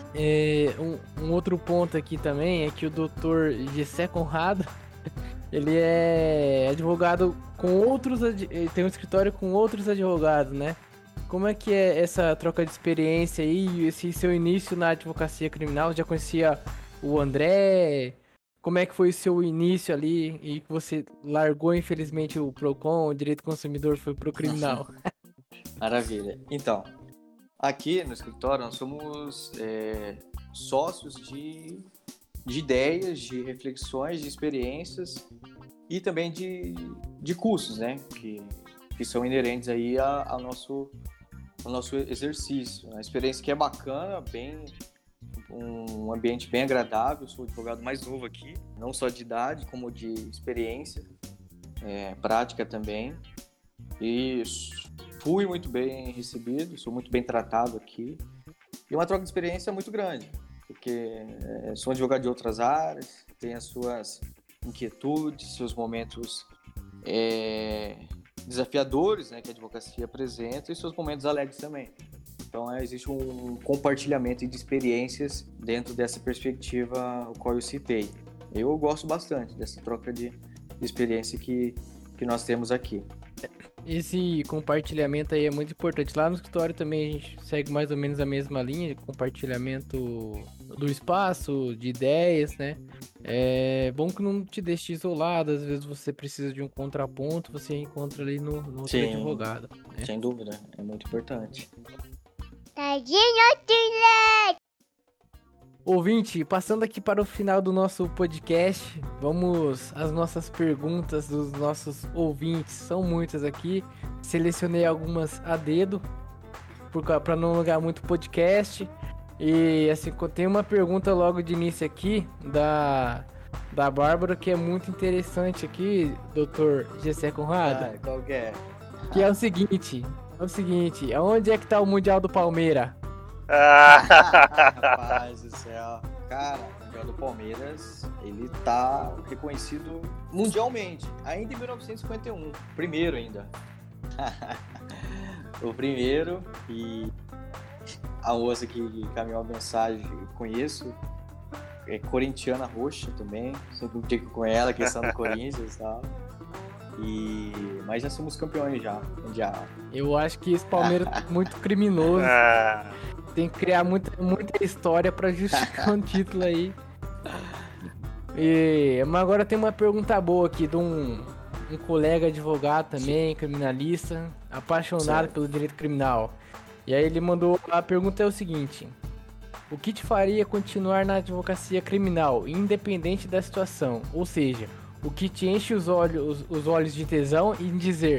Um outro ponto aqui também é que o Dr. Gessé Conrado, ele é advogado com outros, ele tem um escritório com outros advogados, né? Como é que é essa troca de experiência aí, e esse seu início na advocacia criminal? Já conhecia o André? Como é que foi o seu início ali e que você largou, infelizmente, o Procon, o direito do consumidor, foi pro criminal? Maravilha. Então, aqui no escritório nós somos sócios de ideias, de reflexões, de experiências e também de cursos, né? Que são inerentes aí ao nosso exercício. Uma experiência que é bacana, um ambiente bem agradável. Eu sou o advogado mais novo aqui, não só de idade, como de experiência, prática também. E fui muito bem recebido, sou muito bem tratado aqui. E uma troca de experiência muito grande, porque sou um advogado de outras áreas, tem as suas inquietudes, seus momentos desafiadores, né, que a advocacia apresenta, e seus momentos alegres também. Então, existe um compartilhamento de experiências dentro dessa perspectiva o qual eu citei. Eu gosto bastante dessa troca de experiência que nós temos aqui. Esse compartilhamento aí é muito importante. Lá no escritório também a gente segue mais ou menos a mesma linha de compartilhamento do espaço, de ideias, né? É bom que não te deixe isolado. Às vezes você precisa de um contraponto, você encontra ali no outro advogado. Né? Sem dúvida, é muito importante. Ouvinte, passando aqui para o final do nosso podcast, vamos às nossas perguntas dos nossos ouvintes. São muitas aqui, selecionei algumas a dedo, para não alongar muito o podcast. E assim, tem uma pergunta logo de início aqui, da Bárbara, que é muito interessante aqui, Dr. Gessé Conrado. Qual que é? Que é o seguinte, aonde é que tá o Mundial do Palmeiras? Rapaz do céu. Cara, o Mundial do Palmeiras, ele tá reconhecido mundialmente, ainda em 1951, primeiro ainda. O primeiro, e a moça que encaminhou a mensagem que conheço, é corintiana roxa também, sempre digo com ela, questão do Corinthians e tal. Mas já somos campeões já, mundial. Eu acho que esse Palmeiras é muito criminoso. Tem que criar muita história pra justificar um título aí. Mas agora tem uma pergunta boa aqui de um colega advogado também, criminalista, apaixonado pelo direito criminal. E aí ele mandou, a pergunta é o seguinte: o que te faria continuar na advocacia criminal, independente da situação? Ou seja, o que te enche os olhos de tesão em dizer,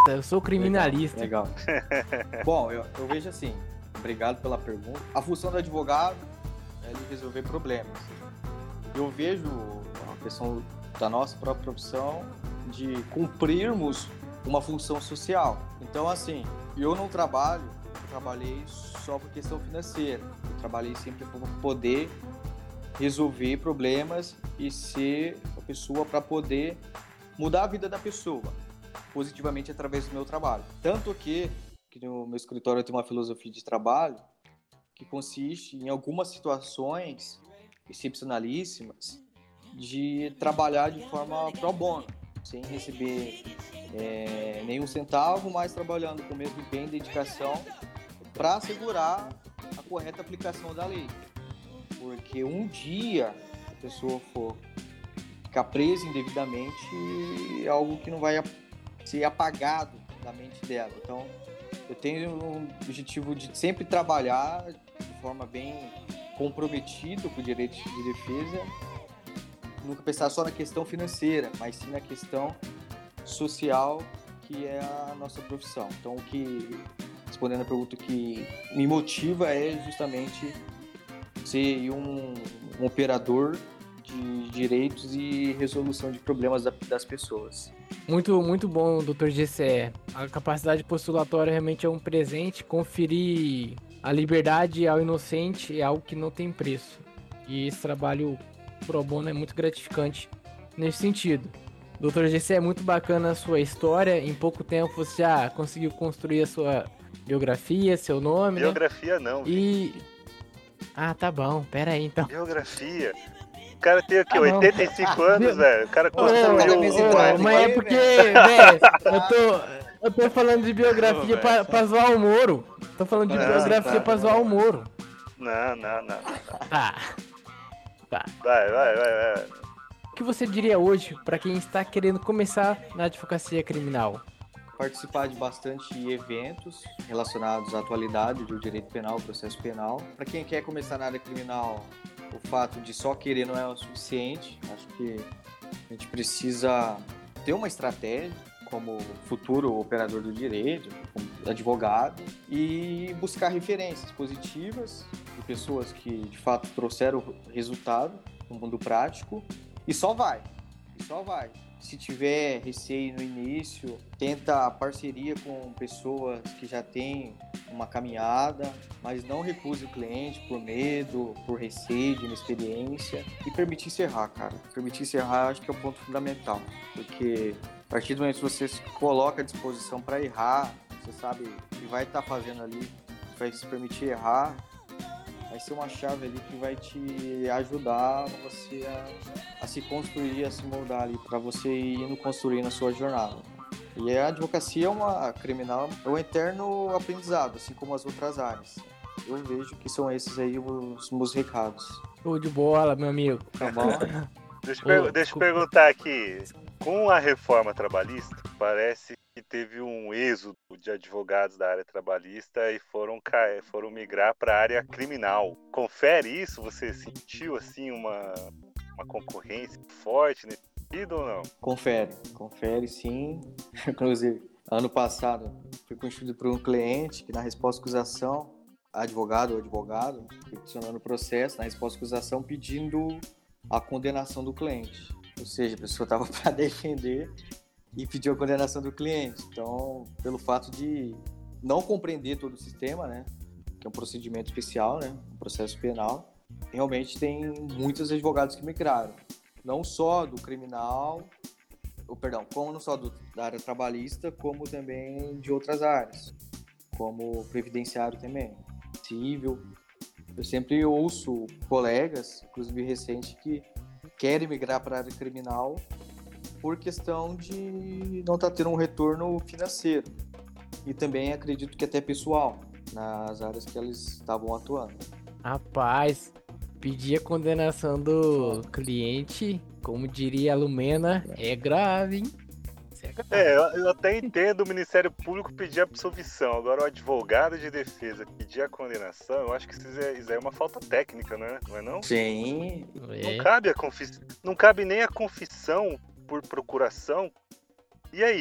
Eu sou criminalista. Legal. Bom, eu vejo assim, obrigado pela pergunta. A função do advogado é de resolver problemas. Eu vejo a questão da nossa própria profissão de cumprirmos uma função social. Então, assim, eu trabalhei só por questão financeira. Eu trabalhei sempre para poder resolver problemas e ser a pessoa para poder mudar a vida da pessoa positivamente através do meu trabalho. Tanto que no meu escritório eu tenho uma filosofia de trabalho que consiste em algumas situações excepcionalíssimas de trabalhar de forma pro bono, sem receber nenhum centavo, mas trabalhando com o mesmo empenho e dedicação para assegurar a correta aplicação da lei. Porque um dia a pessoa for ficar presa indevidamente, é algo que não vai ser apagado da mente dela. Então, eu tenho um objetivo de sempre trabalhar de forma bem comprometida com o direito de defesa, nunca pensar só na questão financeira, mas sim na questão social, que é a nossa profissão. Então, respondendo a pergunta, que me motiva é justamente ser um operador de direitos e resolução de problemas das pessoas. Muito, muito bom, Dr. Gessé. A capacidade postulatória realmente é um presente. Conferir a liberdade ao inocente é algo que não tem preço. E esse trabalho pro bono é muito gratificante nesse sentido. Dr. Gessé, é muito bacana a sua história. Em pouco tempo você já conseguiu construir a sua biografia, seu nome, Biografia, né? Não. Ah, tá bom. Pera aí, então. Biografia? O cara tem aqui 85 anos, velho. O cara construiu mas é porque, velho, eu tô falando de biografia pra zoar o Moro. Tô falando de biografia pra zoar o Moro. Não. Tá. Vai. O que você diria hoje pra quem está querendo começar na advocacia criminal? Participar de bastante eventos relacionados à atualidade do direito penal, processo penal. Para quem quer começar na área criminal, o fato de só querer não é o suficiente. Acho que a gente precisa ter uma estratégia como futuro operador do direito, como advogado, e buscar referências positivas de pessoas que de fato trouxeram resultado no mundo prático, e só vai. Se tiver receio no início, tenta parceria com pessoas que já têm uma caminhada, mas não recuse o cliente por medo, por receio de inexperiência, e permitir encerrar, cara. Permitir encerrar acho que é o ponto fundamental, porque a partir do momento que você se coloca à disposição para errar, você sabe o que vai estar fazendo ali, vai se permitir errar, vai ser uma chave ali que vai te ajudar você a se construir, a se moldar ali, para você ir indo construindo a sua jornada. E a advocacia criminal é um eterno aprendizado, assim como as outras áreas. Eu vejo que são esses aí os meus recados. Show de bola, meu amigo. Tá bom? Deixa eu perguntar aqui. Com a reforma trabalhista, parece que teve um êxodo de advogados da área trabalhista e foram migrar para a área criminal. Confere isso? Você sentiu assim uma concorrência forte nesse sentido ou não? Confere sim. Inclusive, ano passado fui constituído por um cliente que na resposta à acusação, advogado peticionando o processo, na resposta à acusação pedindo a condenação do cliente. Ou seja, a pessoa estava para defender e pediu a condenação do cliente. Então, pelo fato de não compreender todo o sistema, né, que é um procedimento especial, né, um processo penal, realmente tem muitos advogados que migraram. Não só do criminal, não só da área trabalhista, como também de outras áreas, como previdenciário também, civil. Eu sempre ouço colegas, inclusive recente, que querem migrar para a área criminal por questão de não estar tendo um retorno financeiro. E também acredito que até pessoal, nas áreas que eles estavam atuando. Rapaz, pedir a condenação do cliente, como diria a Lumena, é grave, hein? Eu até entendo o Ministério Público pedir absolvição. Agora o advogado de defesa pedir a condenação, eu acho que isso é uma falta técnica, né? Não é não? Sim. Não cabe nem a confissão por procuração. E aí?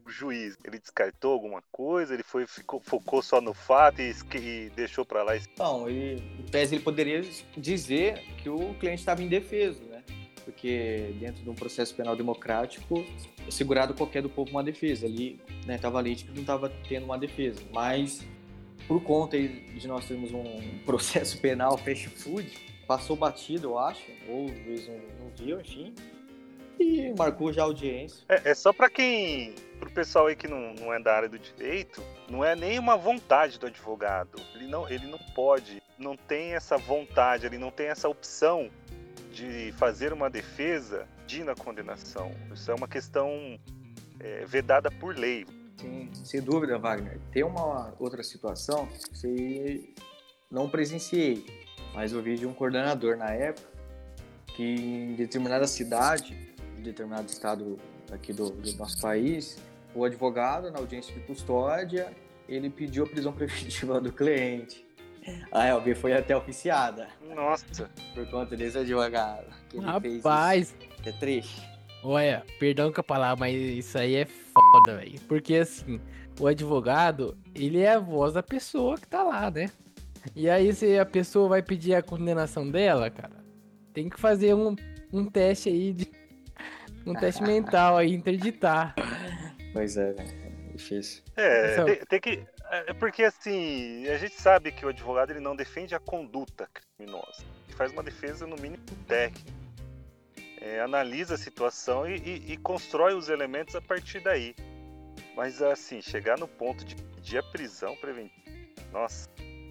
o juiz, ele descartou alguma coisa? Ele focou só no fato e deixou pra lá? Então, em tese, ele poderia dizer que o cliente estava indefeso, né? Porque dentro de um processo penal democrático, é assegurado qualquer do povo uma defesa. Ali, né, estava lítico que não estava tendo uma defesa. Mas, por conta aí de nós termos um processo penal fast food, passou batido, eu acho, ou o juiz não viu, enfim, e marcou já a audiência. É só para pro pessoal aí que não é da área do direito, não é nem uma vontade do advogado. Ele não pode, não tem essa vontade, ele não tem essa opção de fazer uma defesa de ir na condenação. Isso é uma questão vedada por lei. Sim, sem dúvida, Wagner. Tem uma outra situação que não presenciei, mas eu vi de um coordenador na época que em determinada cidade, em determinado estado aqui do nosso país, o advogado, na audiência de custódia, ele pediu a prisão preventiva do cliente. A Elber foi até oficiada. Nossa. Por conta desse advogado. Que ele Rapaz. fez isso. É triste. Olha, perdão com a palavra, mas isso aí é foda, velho. Porque assim, o advogado, ele é a voz da pessoa que tá lá, né? E aí, se a pessoa vai pedir a condenação dela, cara, tem que fazer um teste aí, um teste mental aí, interditar. Pois é, difícil. Tem que... É porque, assim, a gente sabe que o advogado ele não defende a conduta criminosa. Ele faz uma defesa, no mínimo, técnica. Analisa a situação e constrói os elementos a partir daí. Mas, assim, chegar no ponto de pedir a prisão preventiva, nossa.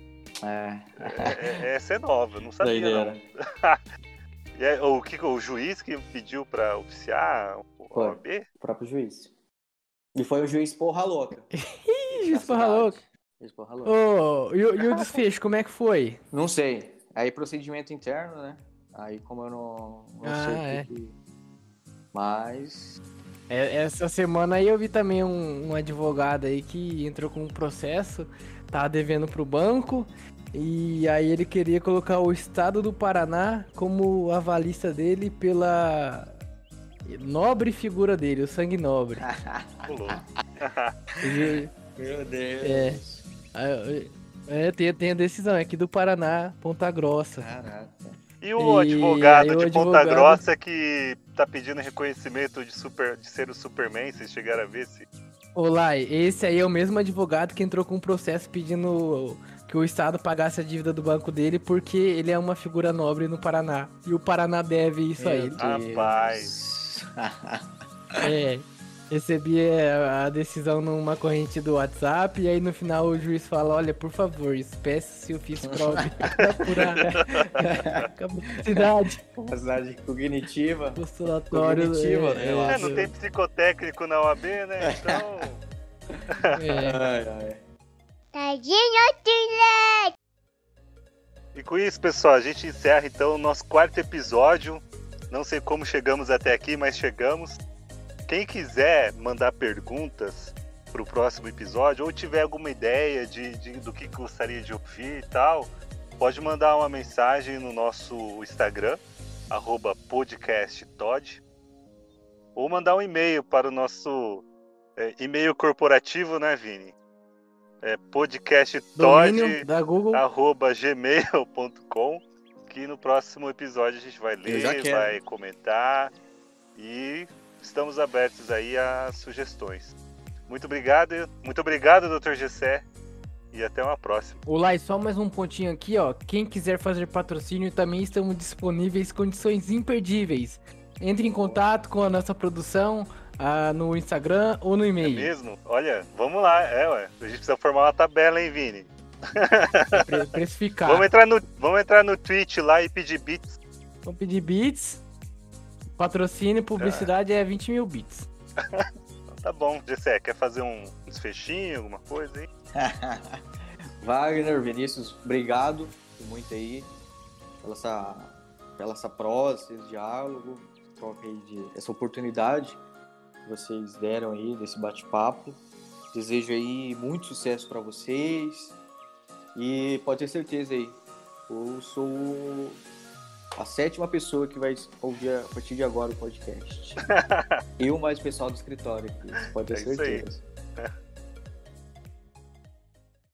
Essa é nova, eu não sabia, doideira. Não. O juiz que pediu pra oficiar o OAB? O próprio juiz. E foi o juiz porra louca. Juiz porra louca. E o desfecho, como é que foi? Não sei. Aí procedimento interno, né? Aí como eu não sei o que... Mas... Essa semana aí eu vi também um advogado aí que entrou com um processo, tava devendo pro banco, e aí ele queria colocar o estado do Paraná como avalista dele pela nobre figura dele, o sangue nobre. Meu Deus. Tem a decisão, é aqui do Paraná, Ponta Grossa. Caraca. E o advogado de Ponta Grossa que tá pedindo reconhecimento de ser o Superman, vocês chegaram a ver se... Olá, esse aí é o mesmo advogado que entrou com um processo pedindo que o Estado pagasse a dívida do banco dele porque ele é uma figura nobre no Paraná. E o Paraná deve isso a ele. Rapaz. Recebi a decisão numa corrente do WhatsApp e aí no final o juiz fala, olha, por favor, peça se eu fiz prova capacidade. Capacidade cognitiva. Postulatório. Cognitiva, né? Não tem psicotécnico na OAB, né? Então... E com isso, pessoal, a gente encerra então o nosso 4º episódio. Não sei como chegamos até aqui, mas chegamos. Quem quiser mandar perguntas pro próximo episódio ou tiver alguma ideia do que gostaria de ouvir e tal, pode mandar uma mensagem no nosso Instagram, @podcasttod, ou mandar um e-mail para o nosso e-mail corporativo, né, Vini? podcasttod@gmail.com, que no próximo episódio a gente vai ler, vai comentar e... Estamos abertos aí a sugestões. Muito obrigado, Dr. Gessé, e até uma próxima. Olá, e só mais um pontinho aqui, ó. Quem quiser fazer patrocínio, também estamos disponíveis, condições imperdíveis. Entre em contato com a nossa produção no Instagram ou no e-mail. É mesmo? Olha, vamos lá. A gente precisa formar uma tabela, hein, Vini? Precificar. Vamos entrar no Twitch lá e pedir bits. Vamos pedir bits. Patrocínio, publicidade é 20 mil bits. Tá bom. Gessé, quer fazer um desfechinho, alguma coisa aí? Wagner, Vinícius, obrigado muito aí pela essa prosa, esse diálogo, essa oportunidade que vocês deram aí desse bate-papo. Desejo aí muito sucesso para vocês e pode ter certeza aí, eu sou a 7ª pessoa que vai ouvir a partir de agora o podcast. Eu mais o pessoal do escritório aqui, pode ter É isso aí. certeza.